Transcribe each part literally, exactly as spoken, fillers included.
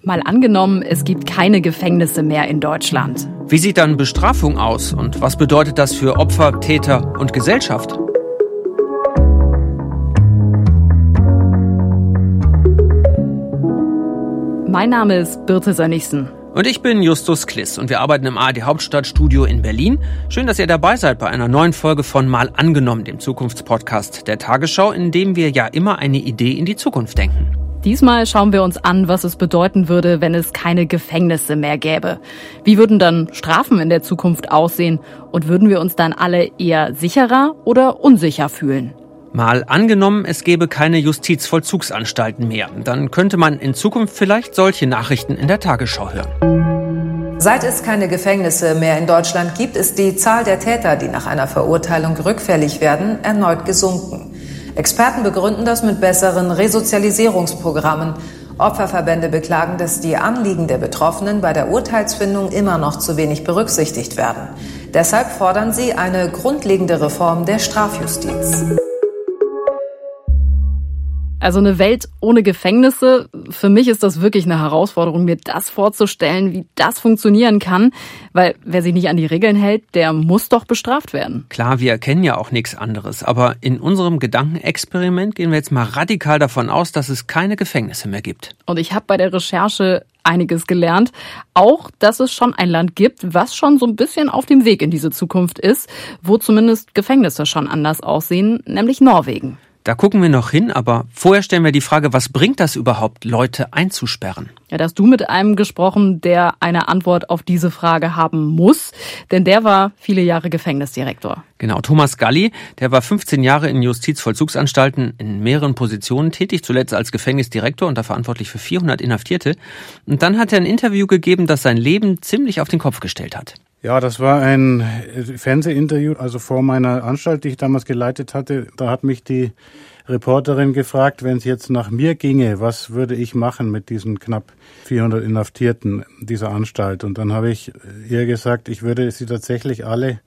Mal angenommen, es gibt keine Gefängnisse mehr in Deutschland. Wie sieht dann Bestrafung aus und was bedeutet das für Opfer, Täter und Gesellschaft? Mein Name ist Birte Sönnigsen. Und ich bin Justus Kliss und wir arbeiten im A R D Hauptstadtstudio in Berlin. Schön, dass ihr dabei seid bei einer neuen Folge von Mal angenommen, dem Zukunftspodcast der Tagesschau, in dem wir ja immer eine Idee in die Zukunft denken. Diesmal schauen wir uns an, was es bedeuten würde, wenn es keine Gefängnisse mehr gäbe. Wie würden dann Strafen in der Zukunft aussehen? Und würden wir uns dann alle eher sicherer oder unsicher fühlen? Mal angenommen, es gäbe keine Justizvollzugsanstalten mehr. Dann könnte man in Zukunft vielleicht solche Nachrichten in der Tagesschau hören. Seit es keine Gefängnisse mehr in Deutschland gibt, ist die Zahl der Täter, die nach einer Verurteilung rückfällig werden, erneut gesunken. Experten begründen das mit besseren Resozialisierungsprogrammen. Opferverbände beklagen, dass die Anliegen der Betroffenen bei der Urteilsfindung immer noch zu wenig berücksichtigt werden. Deshalb fordern sie eine grundlegende Reform der Strafjustiz. Also eine Welt ohne Gefängnisse, für mich ist das wirklich eine Herausforderung, mir das vorzustellen, wie das funktionieren kann. Weil wer sich nicht an die Regeln hält, der muss doch bestraft werden. Klar, wir erkennen ja auch nichts anderes. Aber in unserem Gedankenexperiment gehen wir jetzt mal radikal davon aus, dass es keine Gefängnisse mehr gibt. Und ich habe bei der Recherche einiges gelernt. Auch, dass es schon ein Land gibt, was schon so ein bisschen auf dem Weg in diese Zukunft ist, wo zumindest Gefängnisse schon anders aussehen, nämlich Norwegen. Da gucken wir noch hin, aber vorher stellen wir die Frage, was bringt das überhaupt, Leute einzusperren? Ja, da hast du mit einem gesprochen, der eine Antwort auf diese Frage haben muss, denn der war viele Jahre Gefängnisdirektor. Genau, Thomas Galli, der war fünfzehn Jahre in Justizvollzugsanstalten in mehreren Positionen tätig, zuletzt als Gefängnisdirektor und da verantwortlich für vierhundert Inhaftierte. Und dann hat er ein Interview gegeben, das sein Leben ziemlich auf den Kopf gestellt hat. Ja, das war ein Fernsehinterview, also vor meiner Anstalt, die ich damals geleitet hatte. Da hat mich die Reporterin gefragt, wenn es jetzt nach mir ginge, was würde ich machen mit diesen knapp vierhundert Inhaftierten dieser Anstalt? Und dann habe ich ihr gesagt, ich würde sie tatsächlich alle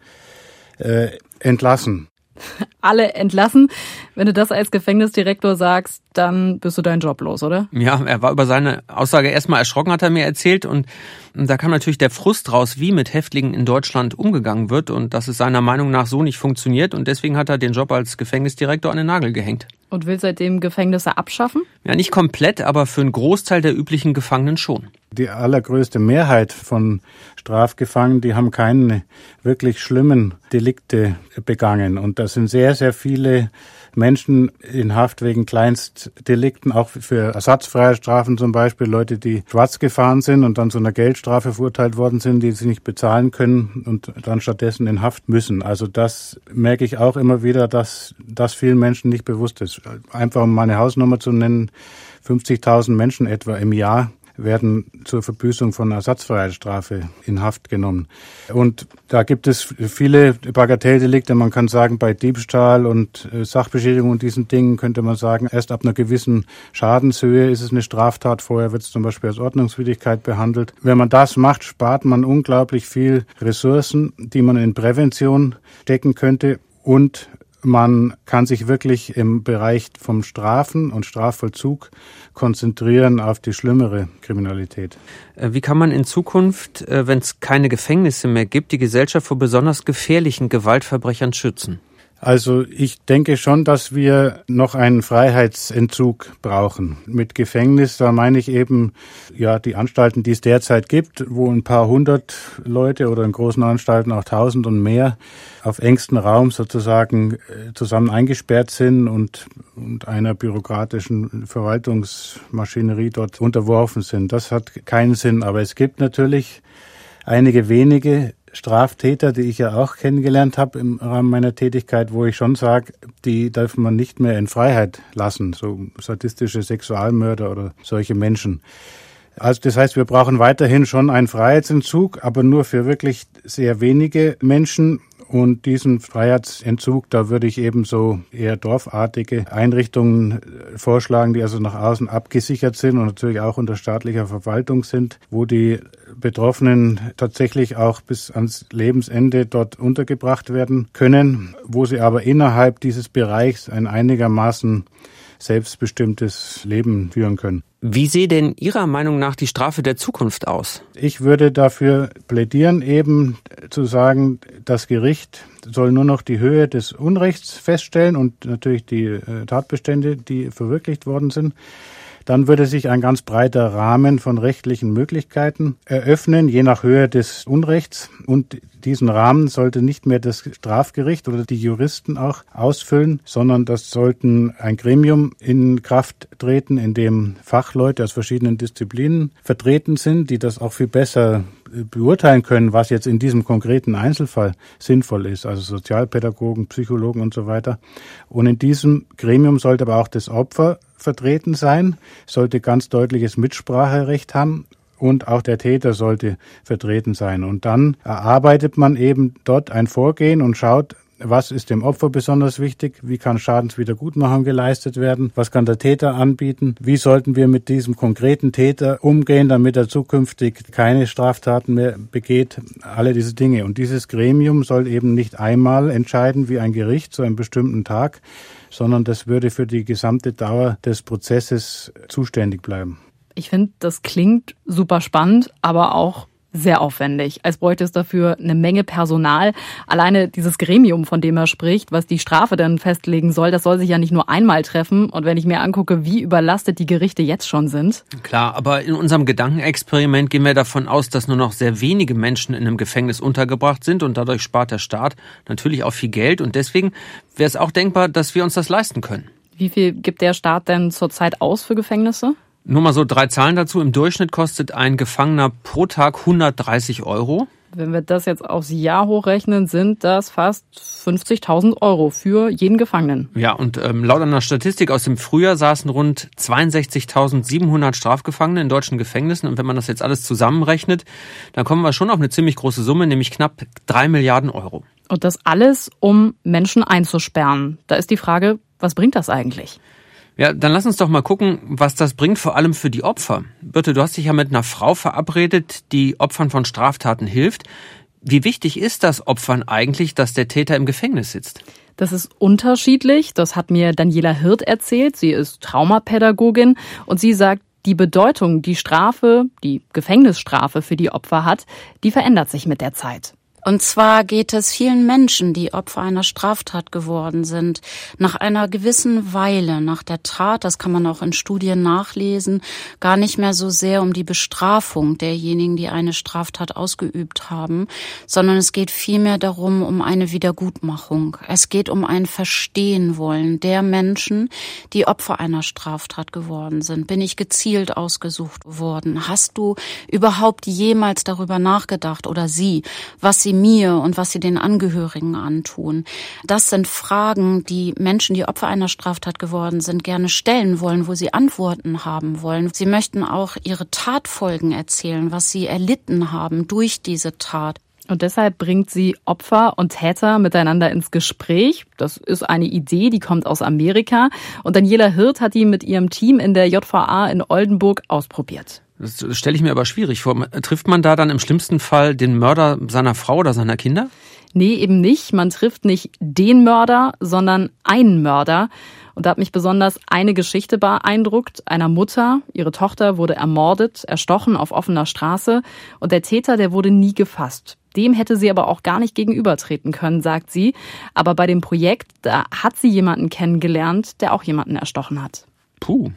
äh, entlassen. Alle entlassen. Wenn du das als Gefängnisdirektor sagst, dann bist du deinen Job los, oder? Ja, er war über seine Aussage erstmal erschrocken, hat er mir erzählt. Und da kam natürlich der Frust raus, wie mit Häftlingen in Deutschland umgegangen wird und dass es seiner Meinung nach so nicht funktioniert. Und deswegen hat er den Job als Gefängnisdirektor an den Nagel gehängt. Und will seitdem Gefängnisse abschaffen? Ja, nicht komplett, aber für einen Großteil der üblichen Gefangenen schon. Die allergrößte Mehrheit von Strafgefangenen, die haben keine wirklich schlimmen Delikte begangen. Und das sind sehr, sehr viele Menschen in Haft wegen Kleinstdelikten, auch für ersatzfreie Strafen zum Beispiel, Leute, die schwarz gefahren sind und dann zu einer Geldstrafe verurteilt worden sind, die sie nicht bezahlen können und dann stattdessen in Haft müssen. Also das merke ich auch immer wieder, dass das vielen Menschen nicht bewusst ist. Einfach um meine Hausnummer zu nennen, fünfzigtausend Menschen etwa im Jahr werden zur Verbüßung von Ersatzfreiheitsstrafe in Haft genommen. Und da gibt es viele Bagatelldelikte. Man kann sagen, bei Diebstahl und Sachbeschädigung und diesen Dingen könnte man sagen, erst ab einer gewissen Schadenshöhe ist es eine Straftat. Vorher wird es zum Beispiel als Ordnungswidrigkeit behandelt. Wenn man das macht, spart man unglaublich viel Ressourcen, die man in Prävention stecken könnte, und man kann sich wirklich im Bereich vom Strafen und Strafvollzug konzentrieren auf die schlimmere Kriminalität. Wie kann man in Zukunft, wenn es keine Gefängnisse mehr gibt, die Gesellschaft vor besonders gefährlichen Gewaltverbrechern schützen? Also ich denke schon, dass wir noch einen Freiheitsentzug brauchen. Mit Gefängnis, da meine ich eben ja die Anstalten, die es derzeit gibt, wo ein paar hundert Leute oder in großen Anstalten auch tausend und mehr auf engstem Raum sozusagen zusammen eingesperrt sind und, und einer bürokratischen Verwaltungsmaschinerie dort unterworfen sind. Das hat keinen Sinn. Aber es gibt natürlich einige wenige Straftäter, die ich ja auch kennengelernt habe im Rahmen meiner Tätigkeit, wo ich schon sage, die darf man nicht mehr in Freiheit lassen, so sadistische Sexualmörder oder solche Menschen. Also das heißt, wir brauchen weiterhin schon einen Freiheitsentzug, aber nur für wirklich sehr wenige Menschen. Und diesen Freiheitsentzug, da würde ich eben so eher dorfartige Einrichtungen vorschlagen, die also nach außen abgesichert sind und natürlich auch unter staatlicher Verwaltung sind, wo die Betroffenen tatsächlich auch bis ans Lebensende dort untergebracht werden können, wo sie aber innerhalb dieses Bereichs ein einigermaßen selbstbestimmtes Leben führen können. Wie sehe denn Ihrer Meinung nach die Strafe der Zukunft aus? Ich würde dafür plädieren, eben zu sagen, das Gericht soll nur noch die Höhe des Unrechts feststellen und natürlich die äh, Tatbestände, die verwirklicht worden sind. Dann würde sich ein ganz breiter Rahmen von rechtlichen Möglichkeiten eröffnen, je nach Höhe des Unrechts. Und diesen Rahmen sollte nicht mehr das Strafgericht oder die Juristen auch ausfüllen, sondern das sollten ein Gremium in Kraft treten, in dem Fachleute aus verschiedenen Disziplinen vertreten sind, die das auch viel besser beurteilen können, was jetzt in diesem konkreten Einzelfall sinnvoll ist, also Sozialpädagogen, Psychologen und so weiter. Und in diesem Gremium sollte aber auch das Opfer vertreten sein, sollte ganz deutliches Mitspracherecht haben und auch der Täter sollte vertreten sein. Und dann erarbeitet man eben dort ein Vorgehen und schaut, was ist dem Opfer besonders wichtig? Wie kann Schadenswiedergutmachung geleistet werden? Was kann der Täter anbieten? Wie sollten wir mit diesem konkreten Täter umgehen, damit er zukünftig keine Straftaten mehr begeht? Alle diese Dinge. Und dieses Gremium soll eben nicht einmal entscheiden wie ein Gericht zu einem bestimmten Tag, sondern das würde für die gesamte Dauer des Prozesses zuständig bleiben. Ich finde, das klingt super spannend, aber auch sehr aufwendig. Als bräuchte es dafür eine Menge Personal. Alleine dieses Gremium, von dem er spricht, was die Strafe dann festlegen soll, das soll sich ja nicht nur einmal treffen. Und wenn ich mir angucke, wie überlastet die Gerichte jetzt schon sind. Klar, aber in unserem Gedankenexperiment gehen wir davon aus, dass nur noch sehr wenige Menschen in einem Gefängnis untergebracht sind und dadurch spart der Staat natürlich auch viel Geld. Und deswegen wäre es auch denkbar, dass wir uns das leisten können. Wie viel gibt der Staat denn zurzeit aus für Gefängnisse? Nur mal so drei Zahlen dazu. Im Durchschnitt kostet ein Gefangener pro Tag hundertdreißig Euro. Wenn wir das jetzt aufs Jahr hochrechnen, sind das fast fünfzigtausend Euro für jeden Gefangenen. Ja, und ähm, laut einer Statistik aus dem Frühjahr saßen rund zweiundsechzigtausendsiebenhundert Strafgefangene in deutschen Gefängnissen. Und wenn man das jetzt alles zusammenrechnet, dann kommen wir schon auf eine ziemlich große Summe, nämlich knapp drei Milliarden Euro. Und das alles, um Menschen einzusperren. Da ist die Frage, was bringt das eigentlich? Ja, dann lass uns doch mal gucken, was das bringt, vor allem für die Opfer. Birte, du hast dich ja mit einer Frau verabredet, die Opfern von Straftaten hilft. Wie wichtig ist das Opfern eigentlich, dass der Täter im Gefängnis sitzt? Das ist unterschiedlich. Das hat mir Daniela Hirt erzählt. Sie ist Traumapädagogin und sie sagt, die Bedeutung, die Strafe, die Gefängnisstrafe für die Opfer hat, die verändert sich mit der Zeit. Und zwar geht es vielen Menschen, die Opfer einer Straftat geworden sind, nach einer gewissen Weile nach der Tat, das kann man auch in Studien nachlesen, gar nicht mehr so sehr um die Bestrafung derjenigen, die eine Straftat ausgeübt haben, sondern es geht vielmehr darum, um eine Wiedergutmachung. Es geht um ein Verstehen wollen der Menschen, die Opfer einer Straftat geworden sind. Bin ich gezielt ausgesucht worden? Hast du überhaupt jemals darüber nachgedacht oder sie, was sie mir und was sie den Angehörigen antun? Das sind Fragen, die Menschen, die Opfer einer Straftat geworden sind, gerne stellen wollen, wo sie Antworten haben wollen. Sie möchten auch ihre Tatfolgen erzählen, was sie erlitten haben durch diese Tat. Und deshalb bringt sie Opfer und Täter miteinander ins Gespräch. Das ist eine Idee, die kommt aus Amerika. Und Daniela Hirt hat die mit ihrem Team in der J V A in Oldenburg ausprobiert. Das stelle ich mir aber schwierig vor. Trifft man da dann im schlimmsten Fall den Mörder seiner Frau oder seiner Kinder? Nee, eben nicht. Man trifft nicht den Mörder, sondern einen Mörder. Und da hat mich besonders eine Geschichte beeindruckt, einer Mutter. Ihre Tochter wurde ermordet, erstochen auf offener Straße. Und der Täter, der wurde nie gefasst. Dem hätte sie aber auch gar nicht gegenübertreten können, sagt sie. Aber bei dem Projekt, da hat sie jemanden kennengelernt, der auch jemanden erstochen hat. Puh.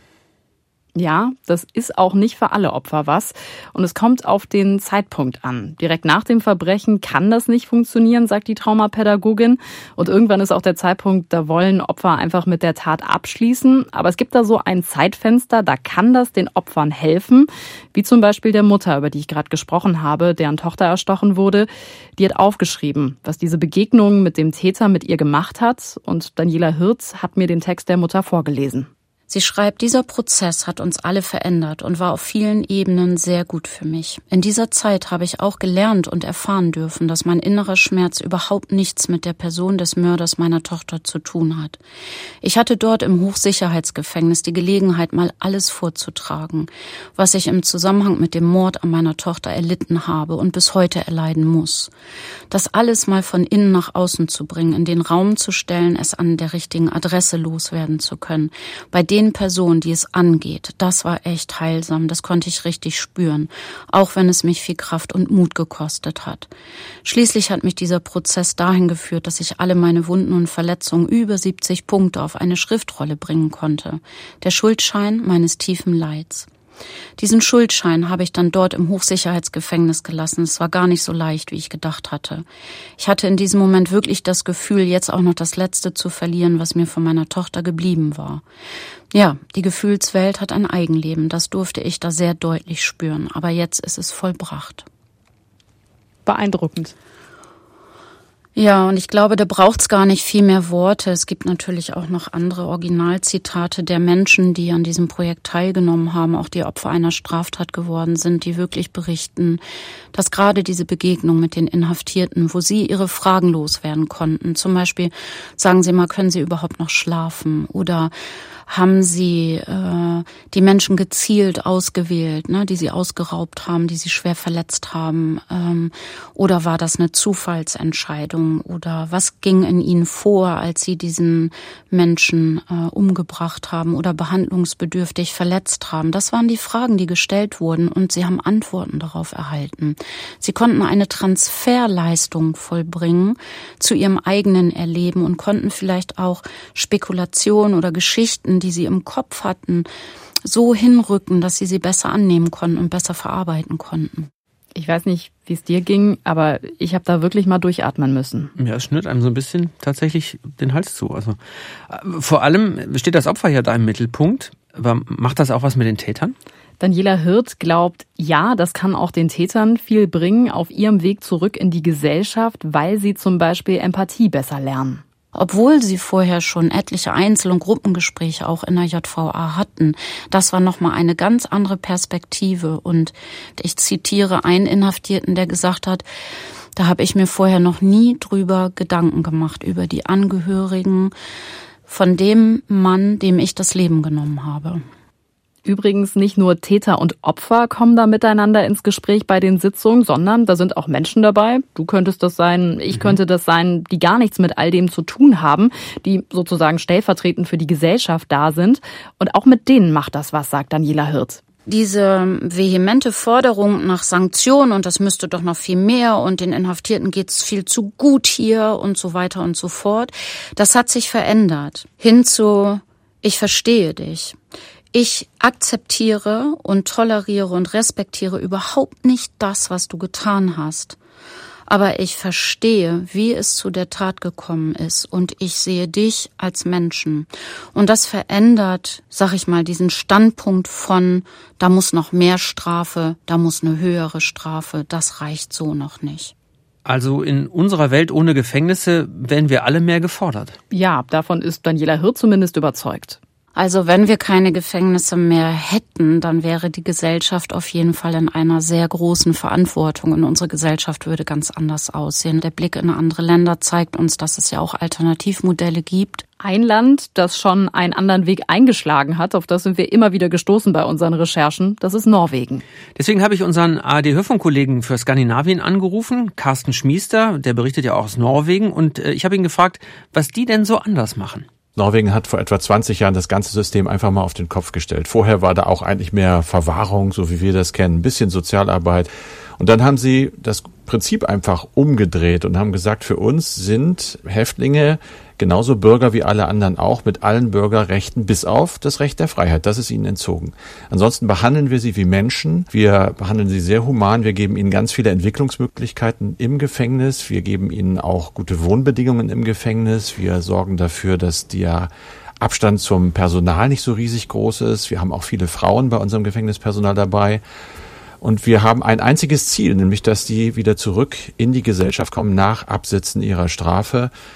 Ja, das ist auch nicht für alle Opfer was. Und es kommt auf den Zeitpunkt an. Direkt nach dem Verbrechen kann das nicht funktionieren, sagt die Traumapädagogin. Und irgendwann ist auch der Zeitpunkt, da wollen Opfer einfach mit der Tat abschließen. Aber es gibt da so ein Zeitfenster, da kann das den Opfern helfen. Wie zum Beispiel der Mutter, über die ich gerade gesprochen habe, deren Tochter erstochen wurde. Die hat aufgeschrieben, was diese Begegnung mit dem Täter mit ihr gemacht hat. Und Daniela Hirt hat mir den Text der Mutter vorgelesen. Sie schreibt, dieser Prozess hat uns alle verändert und war auf vielen Ebenen sehr gut für mich. In dieser Zeit habe ich auch gelernt und erfahren dürfen, dass mein innerer Schmerz überhaupt nichts mit der Person des Mörders meiner Tochter zu tun hat. Ich hatte dort im Hochsicherheitsgefängnis die Gelegenheit, mal alles vorzutragen, was ich im Zusammenhang mit dem Mord an meiner Tochter erlitten habe und bis heute erleiden muss. Das alles mal von innen nach außen zu bringen, in den Raum zu stellen, es an der richtigen Adresse loswerden zu können, bei den Personen, die es angeht, das war echt heilsam, das konnte ich richtig spüren, auch wenn es mich viel Kraft und Mut gekostet hat. Schließlich hat mich dieser Prozess dahin geführt, dass ich alle meine Wunden und Verletzungen, über siebzig Punkte, auf eine Schriftrolle bringen konnte. Der Schuldschein meines tiefen Leids. Diesen Schuldschein habe ich dann dort im Hochsicherheitsgefängnis gelassen. Es war gar nicht so leicht, wie ich gedacht hatte. Ich hatte in diesem Moment wirklich das Gefühl, jetzt auch noch das Letzte zu verlieren, was mir von meiner Tochter geblieben war. Ja, die Gefühlswelt hat ein Eigenleben. Das durfte ich da sehr deutlich spüren. Aber jetzt ist es vollbracht. Beeindruckend. Ja, und ich glaube, da braucht's gar nicht viel mehr Worte. Es gibt natürlich auch noch andere Originalzitate der Menschen, die an diesem Projekt teilgenommen haben, auch die Opfer einer Straftat geworden sind, die wirklich berichten, dass gerade diese Begegnung mit den Inhaftierten, wo sie ihre Fragen loswerden konnten, zum Beispiel, sagen Sie mal, können Sie überhaupt noch schlafen? Oder haben sie äh, die Menschen gezielt ausgewählt, ne, die sie ausgeraubt haben, die sie schwer verletzt haben? Ähm, oder war das eine Zufallsentscheidung? Oder was ging in ihnen vor, als sie diesen Menschen äh, umgebracht haben oder behandlungsbedürftig verletzt haben? Das waren die Fragen, die gestellt wurden, und sie haben Antworten darauf erhalten. Sie konnten eine Transferleistung vollbringen zu ihrem eigenen Erleben und konnten vielleicht auch Spekulationen oder Geschichten, die sie im Kopf hatten, so hinrücken, dass sie sie besser annehmen konnten und besser verarbeiten konnten. Ich weiß nicht, wie es dir ging, aber ich habe da wirklich mal durchatmen müssen. Ja, es schnürt einem so ein bisschen tatsächlich den Hals zu. Also vor allem steht das Opfer ja da im Mittelpunkt. Aber macht das auch was mit den Tätern? Daniela Hirt glaubt, ja, das kann auch den Tätern viel bringen auf ihrem Weg zurück in die Gesellschaft, weil sie zum Beispiel Empathie besser lernen. Obwohl sie vorher schon etliche Einzel- und Gruppengespräche auch in der J V A hatten, das war nochmal eine ganz andere Perspektive. Und ich zitiere einen Inhaftierten, der gesagt hat, da habe ich mir vorher noch nie drüber Gedanken gemacht, über die Angehörigen von dem Mann, dem ich das Leben genommen habe. Übrigens, nicht nur Täter und Opfer kommen da miteinander ins Gespräch bei den Sitzungen, sondern da sind auch Menschen dabei, du könntest das sein, ich mhm. könnte das sein, die gar nichts mit all dem zu tun haben, die sozusagen stellvertretend für die Gesellschaft da sind. Und auch mit denen macht das was, sagt Daniela Hirt. Diese vehemente Forderung nach Sanktionen und das müsste doch noch viel mehr und den Inhaftierten geht's viel zu gut hier und so weiter und so fort, das hat sich verändert. Hin zu, ich verstehe dich. Ich akzeptiere und toleriere und respektiere überhaupt nicht das, was du getan hast. Aber ich verstehe, wie es zu der Tat gekommen ist und ich sehe dich als Menschen. Und das verändert, sag ich mal, diesen Standpunkt von, da muss noch mehr Strafe, da muss eine höhere Strafe, das reicht so noch nicht. Also in unserer Welt ohne Gefängnisse werden wir alle mehr gefordert. Ja, davon ist Daniela Hirt zumindest überzeugt. Also wenn wir keine Gefängnisse mehr hätten, dann wäre die Gesellschaft auf jeden Fall in einer sehr großen Verantwortung und unsere Gesellschaft würde ganz anders aussehen. Der Blick in andere Länder zeigt uns, dass es ja auch Alternativmodelle gibt. Ein Land, das schon einen anderen Weg eingeschlagen hat, auf das sind wir immer wieder gestoßen bei unseren Recherchen, das ist Norwegen. Deswegen habe ich unseren A R D-Hörfunkkollegen für Skandinavien angerufen, Carsten Schmiester, der berichtet ja auch aus Norwegen, und ich habe ihn gefragt, was die denn so anders machen. Norwegen hat vor etwa zwanzig Jahren das ganze System einfach mal auf den Kopf gestellt. Vorher war da auch eigentlich mehr Verwahrung, so wie wir das kennen, ein bisschen Sozialarbeit. Und dann haben sie das Prinzip einfach umgedreht und haben gesagt, für uns sind Häftlinge genauso Bürger wie alle anderen auch, mit allen Bürgerrechten bis auf das Recht der Freiheit. Das ist ihnen entzogen. Ansonsten behandeln wir sie wie Menschen. Wir behandeln sie sehr human. Wir geben ihnen ganz viele Entwicklungsmöglichkeiten im Gefängnis. Wir geben ihnen auch gute Wohnbedingungen im Gefängnis. Wir sorgen dafür, dass der Abstand zum Personal nicht so riesig groß ist. Wir haben auch viele Frauen bei unserem Gefängnispersonal dabei. Und wir haben ein einziges Ziel, nämlich, dass die wieder zurück in die Gesellschaft kommen nach Absitzen ihrer Strafe.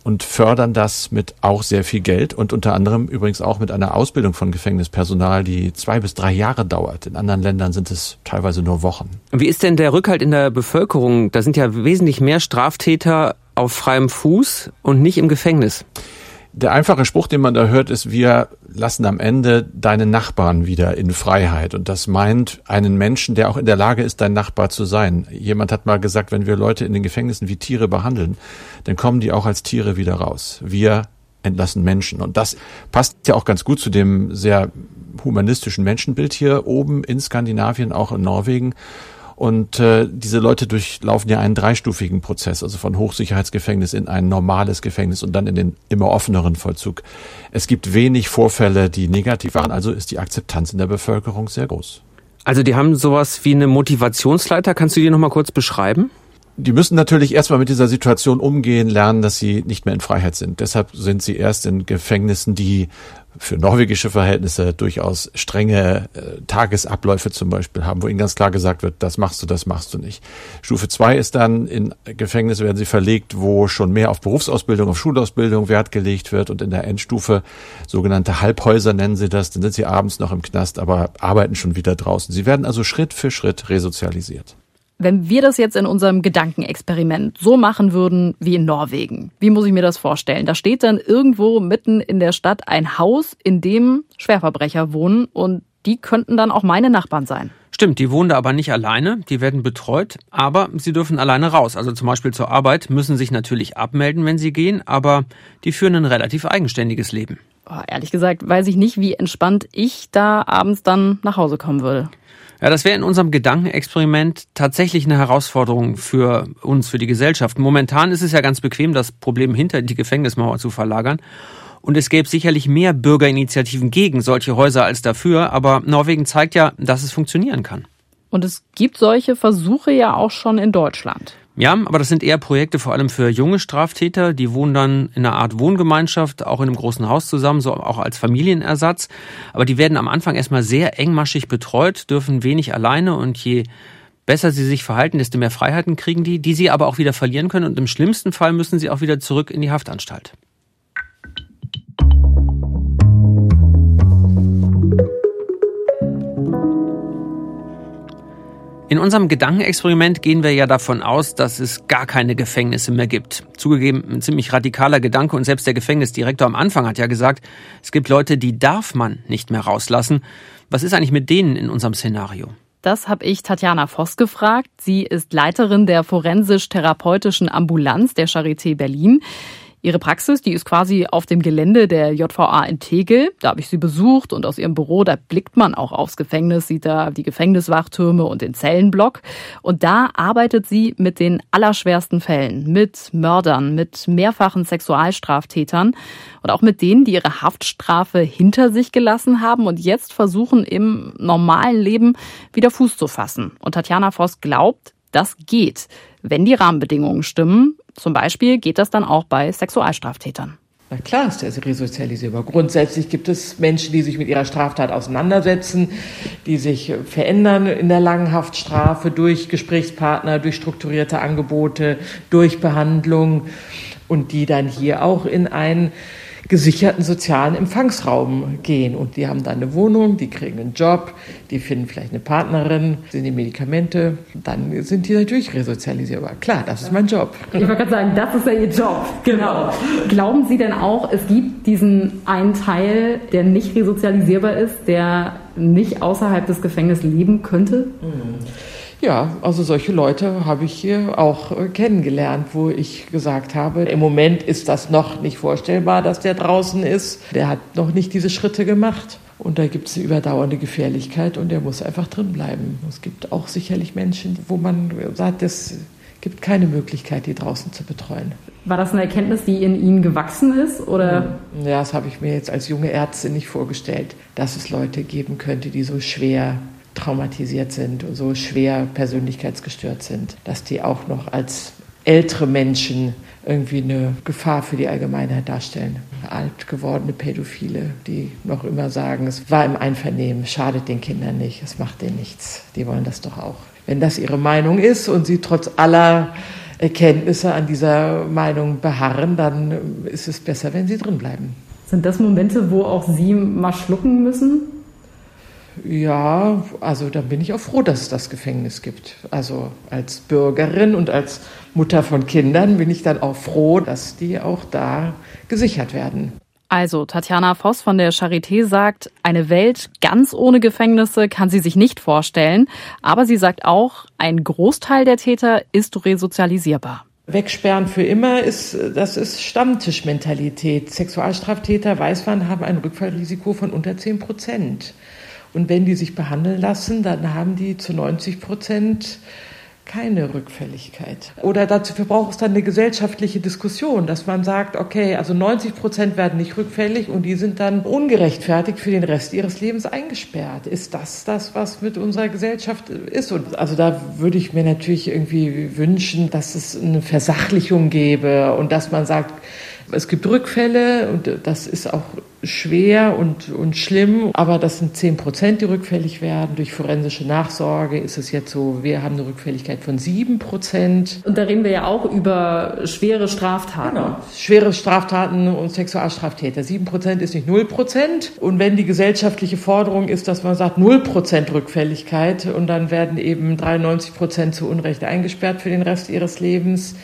und fördern das mit auch sehr viel Geld und unter anderem übrigens auch mit einer Ausbildung von Gefängnispersonal, die zwei bis drei Jahre dauert. In anderen Ländern sind es teilweise nur Wochen. Wie ist denn der Rückhalt in der Bevölkerung? Da sind ja wesentlich mehr Straftäter auf freiem Fuß und nicht im Gefängnis. Der einfache Spruch, den man da hört, ist, wir lassen am Ende deine Nachbarn wieder in Freiheit. Und das meint einen Menschen, der auch in der Lage ist, dein Nachbar zu sein. Jemand hat mal gesagt, wenn wir Leute in den Gefängnissen wie Tiere behandeln, dann kommen die auch als Tiere wieder raus. Wir entlassen Menschen. Und das passt ja auch ganz gut zu dem sehr humanistischen Menschenbild hier oben in Skandinavien, auch in Norwegen. Und äh, diese Leute durchlaufen ja einen dreistufigen Prozess, also von Hochsicherheitsgefängnis in ein normales Gefängnis und dann in den immer offeneren Vollzug. Es gibt wenig Vorfälle, die negativ waren, also ist die Akzeptanz in der Bevölkerung sehr groß. Also die haben sowas wie eine Motivationsleiter. Kannst du die noch mal kurz beschreiben? Die müssen natürlich erstmal mit dieser Situation umgehen, lernen, dass sie nicht mehr in Freiheit sind. Deshalb sind sie erst in Gefängnissen, die für norwegische Verhältnisse durchaus strenge äh, Tagesabläufe zum Beispiel haben, wo ihnen ganz klar gesagt wird, das machst du, das machst du nicht. Stufe zwei ist dann, in Gefängnisse werden sie verlegt, wo schon mehr auf Berufsausbildung, auf Schulausbildung Wert gelegt wird und in der Endstufe, sogenannte Halbhäuser nennen sie das, dann sind sie abends noch im Knast, aber arbeiten schon wieder draußen. Sie werden also Schritt für Schritt resozialisiert. Wenn wir das jetzt in unserem Gedankenexperiment so machen würden wie in Norwegen, wie muss ich mir das vorstellen? Da steht dann irgendwo mitten in der Stadt ein Haus, in dem Schwerverbrecher wohnen und die könnten dann auch meine Nachbarn sein. Stimmt, die wohnen da aber nicht alleine, die werden betreut, aber sie dürfen alleine raus. Also zum Beispiel zur Arbeit, müssen sich natürlich abmelden, wenn sie gehen, aber die führen ein relativ eigenständiges Leben. Oh, ehrlich gesagt weiß ich nicht, wie entspannt ich da abends dann nach Hause kommen würde. Ja, das wäre in unserem Gedankenexperiment tatsächlich eine Herausforderung für uns, für die Gesellschaft. Momentan ist es ja ganz bequem, das Problem hinter die Gefängnismauer zu verlagern. Und es gäbe sicherlich mehr Bürgerinitiativen gegen solche Häuser als dafür. Aber Norwegen zeigt ja, dass es funktionieren kann. Und es gibt solche Versuche ja auch schon in Deutschland. Ja, aber das sind eher Projekte vor allem für junge Straftäter. Die wohnen dann in einer Art Wohngemeinschaft, auch in einem großen Haus zusammen, so auch als Familienersatz. Aber die werden am Anfang erstmal sehr engmaschig betreut, dürfen wenig alleine und je besser sie sich verhalten, desto mehr Freiheiten kriegen die, die sie aber auch wieder verlieren können und im schlimmsten Fall müssen sie auch wieder zurück in die Haftanstalt. In unserem Gedankenexperiment gehen wir ja davon aus, dass es gar keine Gefängnisse mehr gibt. Zugegeben, ein ziemlich radikaler Gedanke und selbst der Gefängnisdirektor am Anfang hat ja gesagt, es gibt Leute, die darf man nicht mehr rauslassen. Was ist eigentlich mit denen in unserem Szenario? Das habe ich Tatjana Voss gefragt. Sie ist Leiterin der forensisch-therapeutischen Ambulanz der Charité Berlin. Ihre Praxis, die ist quasi auf dem Gelände der J V A in Tegel. Da habe ich sie besucht und aus ihrem Büro, da blickt man auch aufs Gefängnis, sieht da die Gefängniswachtürme und den Zellenblock. Und da arbeitet sie mit den allerschwersten Fällen, mit Mördern, mit mehrfachen Sexualstraftätern und auch mit denen, die ihre Haftstrafe hinter sich gelassen haben und jetzt versuchen, im normalen Leben wieder Fuß zu fassen. Und Tatjana Voss glaubt, das geht, wenn die Rahmenbedingungen stimmen. Zum Beispiel geht das dann auch bei Sexualstraftätern. Na klar ist der resozialisierbar. Grundsätzlich gibt es Menschen, die sich mit ihrer Straftat auseinandersetzen, die sich verändern in der langen Haftstrafe durch Gesprächspartner, durch strukturierte Angebote, durch Behandlung und die dann hier auch in einen gesicherten sozialen Empfangsraum gehen. Und die haben dann eine Wohnung, die kriegen einen Job, die finden vielleicht eine Partnerin, sind die Medikamente, dann sind die natürlich resozialisierbar. Klar, das ist mein Job. Ich wollte gerade sagen, das ist ja Ihr Job. Genau. Glauben Sie denn auch, es gibt diesen einen Teil, der nicht resozialisierbar ist, der nicht außerhalb des Gefängnisses leben könnte? Mhm. Ja, also solche Leute habe ich hier auch kennengelernt, wo ich gesagt habe, im Moment ist das noch nicht vorstellbar, dass der draußen ist. Der hat noch nicht diese Schritte gemacht. Und da gibt es eine überdauernde Gefährlichkeit und der muss einfach drin bleiben. Es gibt auch sicherlich Menschen, wo man sagt, es gibt keine Möglichkeit, die draußen zu betreuen. War das eine Erkenntnis, die in Ihnen gewachsen ist? Oder? Ja, das habe ich mir jetzt als junge Ärztin nicht vorgestellt, dass es Leute geben könnte, die so schwer traumatisiert sind und so schwer persönlichkeitsgestört sind, dass die auch noch als ältere Menschen irgendwie eine Gefahr für die Allgemeinheit darstellen. Alt gewordene Pädophile, die noch immer sagen, es war im Einvernehmen, schadet den Kindern nicht, es macht denen nichts. Die wollen das doch auch. Wenn das ihre Meinung ist und sie trotz aller Erkenntnisse an dieser Meinung beharren, dann ist es besser, wenn sie drin bleiben. Sind das Momente, wo auch Sie mal schlucken müssen? Ja, also da bin ich auch froh, dass es das Gefängnis gibt. Also als Bürgerin und als Mutter von Kindern bin ich dann auch froh, dass die auch da gesichert werden. Also Tatjana Voss von der Charité sagt, eine Welt ganz ohne Gefängnisse kann sie sich nicht vorstellen. Aber sie sagt auch, ein Großteil der Täter ist resozialisierbar. Wegsperren für immer ist, das ist Stammtischmentalität. Sexualstraftäter, weiß man, haben ein Rückfallrisiko von unter zehn Prozent. Und wenn die sich behandeln lassen, dann haben die zu neunzig Prozent keine Rückfälligkeit. Oder dafür braucht es dann eine gesellschaftliche Diskussion, dass man sagt, okay, also neunzig Prozent werden nicht rückfällig und die sind dann ungerechtfertigt für den Rest ihres Lebens eingesperrt. Ist das das, was mit unserer Gesellschaft ist? Und also da würde ich mir natürlich irgendwie wünschen, dass es eine Versachlichung gäbe und dass man sagt, es gibt Rückfälle und das ist auch schwer und, und schlimm, aber das sind zehn Prozent, die rückfällig werden. Durch forensische Nachsorge ist es jetzt so, wir haben eine Rückfälligkeit von sieben Prozent. Und da reden wir ja auch über schwere Straftaten. Genau, schwere Straftaten und Sexualstraftäter. sieben Prozent ist nicht null Prozent. Und wenn die gesellschaftliche Forderung ist, dass man sagt null Prozent Rückfälligkeit und dann werden eben dreiundneunzig Prozent zu Unrecht eingesperrt für den Rest ihres Lebens,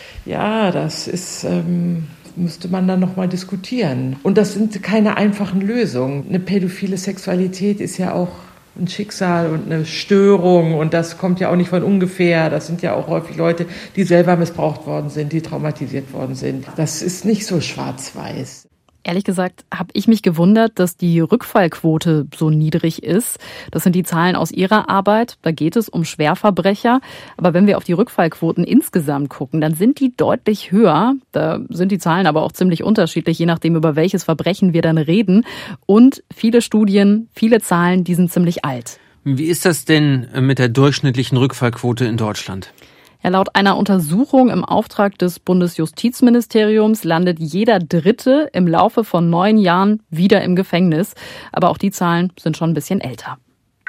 ja, das ist... Ähm, müsste man dann nochmal diskutieren. Und das sind keine einfachen Lösungen. Eine pädophile Sexualität ist ja auch ein Schicksal und eine Störung und das kommt ja auch nicht von ungefähr. Das sind ja auch häufig Leute, die selber missbraucht worden sind, die traumatisiert worden sind. Das ist nicht so schwarz-weiß. Ehrlich gesagt habe ich mich gewundert, dass die Rückfallquote so niedrig ist. Das sind die Zahlen aus Ihrer Arbeit. Da geht es um Schwerverbrecher. Aber wenn wir auf die Rückfallquoten insgesamt gucken, dann sind die deutlich höher. Da sind die Zahlen aber auch ziemlich unterschiedlich, je nachdem, über welches Verbrechen wir dann reden. Und viele Studien, viele Zahlen, die sind ziemlich alt. Wie ist das denn mit der durchschnittlichen Rückfallquote in Deutschland? Ja, laut einer Untersuchung im Auftrag des Bundesjustizministeriums landet jeder Dritte im Laufe von neun Jahren wieder im Gefängnis. Aber auch die Zahlen sind schon ein bisschen älter.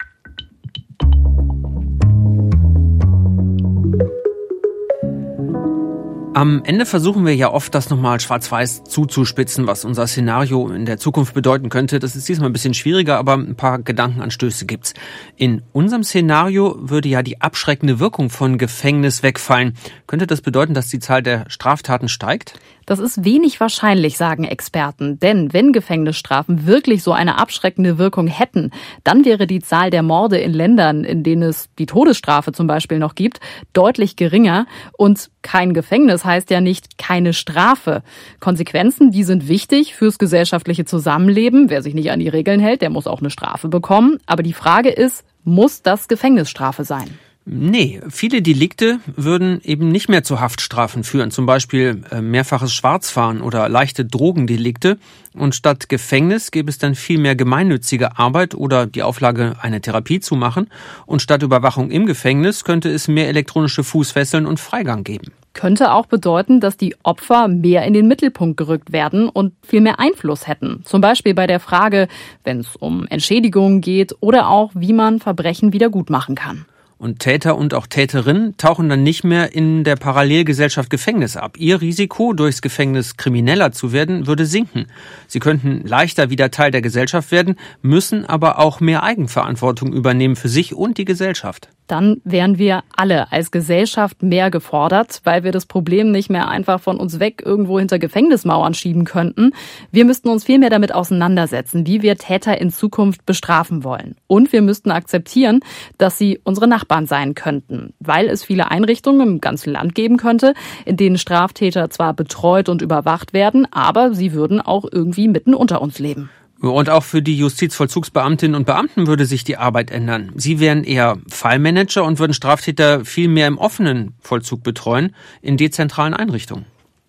Am Ende versuchen wir ja oft, das nochmal schwarz-weiß zuzuspitzen, was unser Szenario in der Zukunft bedeuten könnte. Das ist diesmal ein bisschen schwieriger, aber ein paar Gedankenanstöße gibt's. In unserem Szenario würde ja die abschreckende Wirkung von Gefängnis wegfallen. Könnte das bedeuten, dass die Zahl der Straftaten steigt? Das ist wenig wahrscheinlich, sagen Experten. Denn wenn Gefängnisstrafen wirklich so eine abschreckende Wirkung hätten, dann wäre die Zahl der Morde in Ländern, in denen es die Todesstrafe zum Beispiel noch gibt, deutlich geringer. Und kein Gefängnis heißt ja nicht keine Strafe. Konsequenzen, die sind wichtig fürs gesellschaftliche Zusammenleben. Wer sich nicht an die Regeln hält, der muss auch eine Strafe bekommen. Aber die Frage ist, muss das Gefängnisstrafe sein? Nee, viele Delikte würden eben nicht mehr zu Haftstrafen führen, zum Beispiel mehrfaches Schwarzfahren oder leichte Drogendelikte. Und statt Gefängnis gäbe es dann viel mehr gemeinnützige Arbeit oder die Auflage, eine Therapie zu machen. Und statt Überwachung im Gefängnis könnte es mehr elektronische Fußfesseln und Freigang geben. Könnte auch bedeuten, dass die Opfer mehr in den Mittelpunkt gerückt werden und viel mehr Einfluss hätten. Zum Beispiel bei der Frage, wenn es um Entschädigungen geht oder auch, wie man Verbrechen wieder gut machen kann. Und Täter und auch Täterinnen tauchen dann nicht mehr in der Parallelgesellschaft Gefängnis ab. Ihr Risiko, durchs Gefängnis krimineller zu werden, würde sinken. Sie könnten leichter wieder Teil der Gesellschaft werden, müssen aber auch mehr Eigenverantwortung übernehmen für sich und die Gesellschaft. Dann wären wir alle als Gesellschaft mehr gefordert, weil wir das Problem nicht mehr einfach von uns weg irgendwo hinter Gefängnismauern schieben könnten. Wir müssten uns viel mehr damit auseinandersetzen, wie wir Täter in Zukunft bestrafen wollen. Und wir müssten akzeptieren, dass sie unsere Nachbarn sein könnten, weil es viele Einrichtungen im ganzen Land geben könnte, in denen Straftäter zwar betreut und überwacht werden, aber sie würden auch irgendwie mitten unter uns leben. Und auch für die Justizvollzugsbeamtinnen und Beamten würde sich die Arbeit ändern. Sie wären eher Fallmanager und würden Straftäter viel mehr im offenen Vollzug betreuen, in dezentralen Einrichtungen.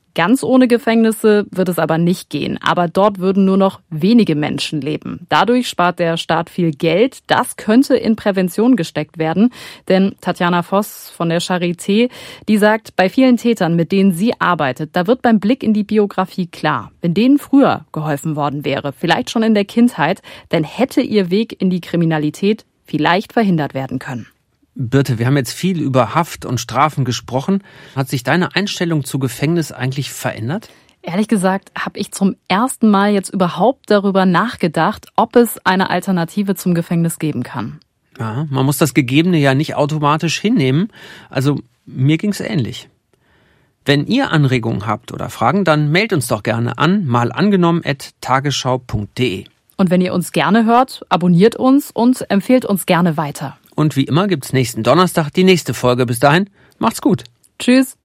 Ganz ohne Gefängnisse wird es aber nicht gehen. Aber dort würden nur noch wenige Menschen leben. Dadurch spart der Staat viel Geld. Das könnte in Prävention gesteckt werden. Denn Tatjana Voss von der Charité, die sagt, bei vielen Tätern, mit denen sie arbeitet, da wird beim Blick in die Biografie klar, wenn denen früher geholfen worden wäre, vielleicht schon in der Kindheit, dann hätte ihr Weg in die Kriminalität vielleicht verhindert werden können. Birte, wir haben jetzt viel über Haft und Strafen gesprochen. Hat sich deine Einstellung zu Gefängnis eigentlich verändert? Ehrlich gesagt habe ich zum ersten Mal jetzt überhaupt darüber nachgedacht, ob es eine Alternative zum Gefängnis geben kann. Ja, man muss das Gegebene ja nicht automatisch hinnehmen. Also mir ging's ähnlich. Wenn ihr Anregungen habt oder Fragen, dann meldet uns doch gerne an malangenommen at tagesschau punkt de. Und wenn ihr uns gerne hört, abonniert uns und empfehlt uns gerne weiter. Und wie immer gibt's nächsten Donnerstag die nächste Folge. Bis dahin, macht's gut. Tschüss.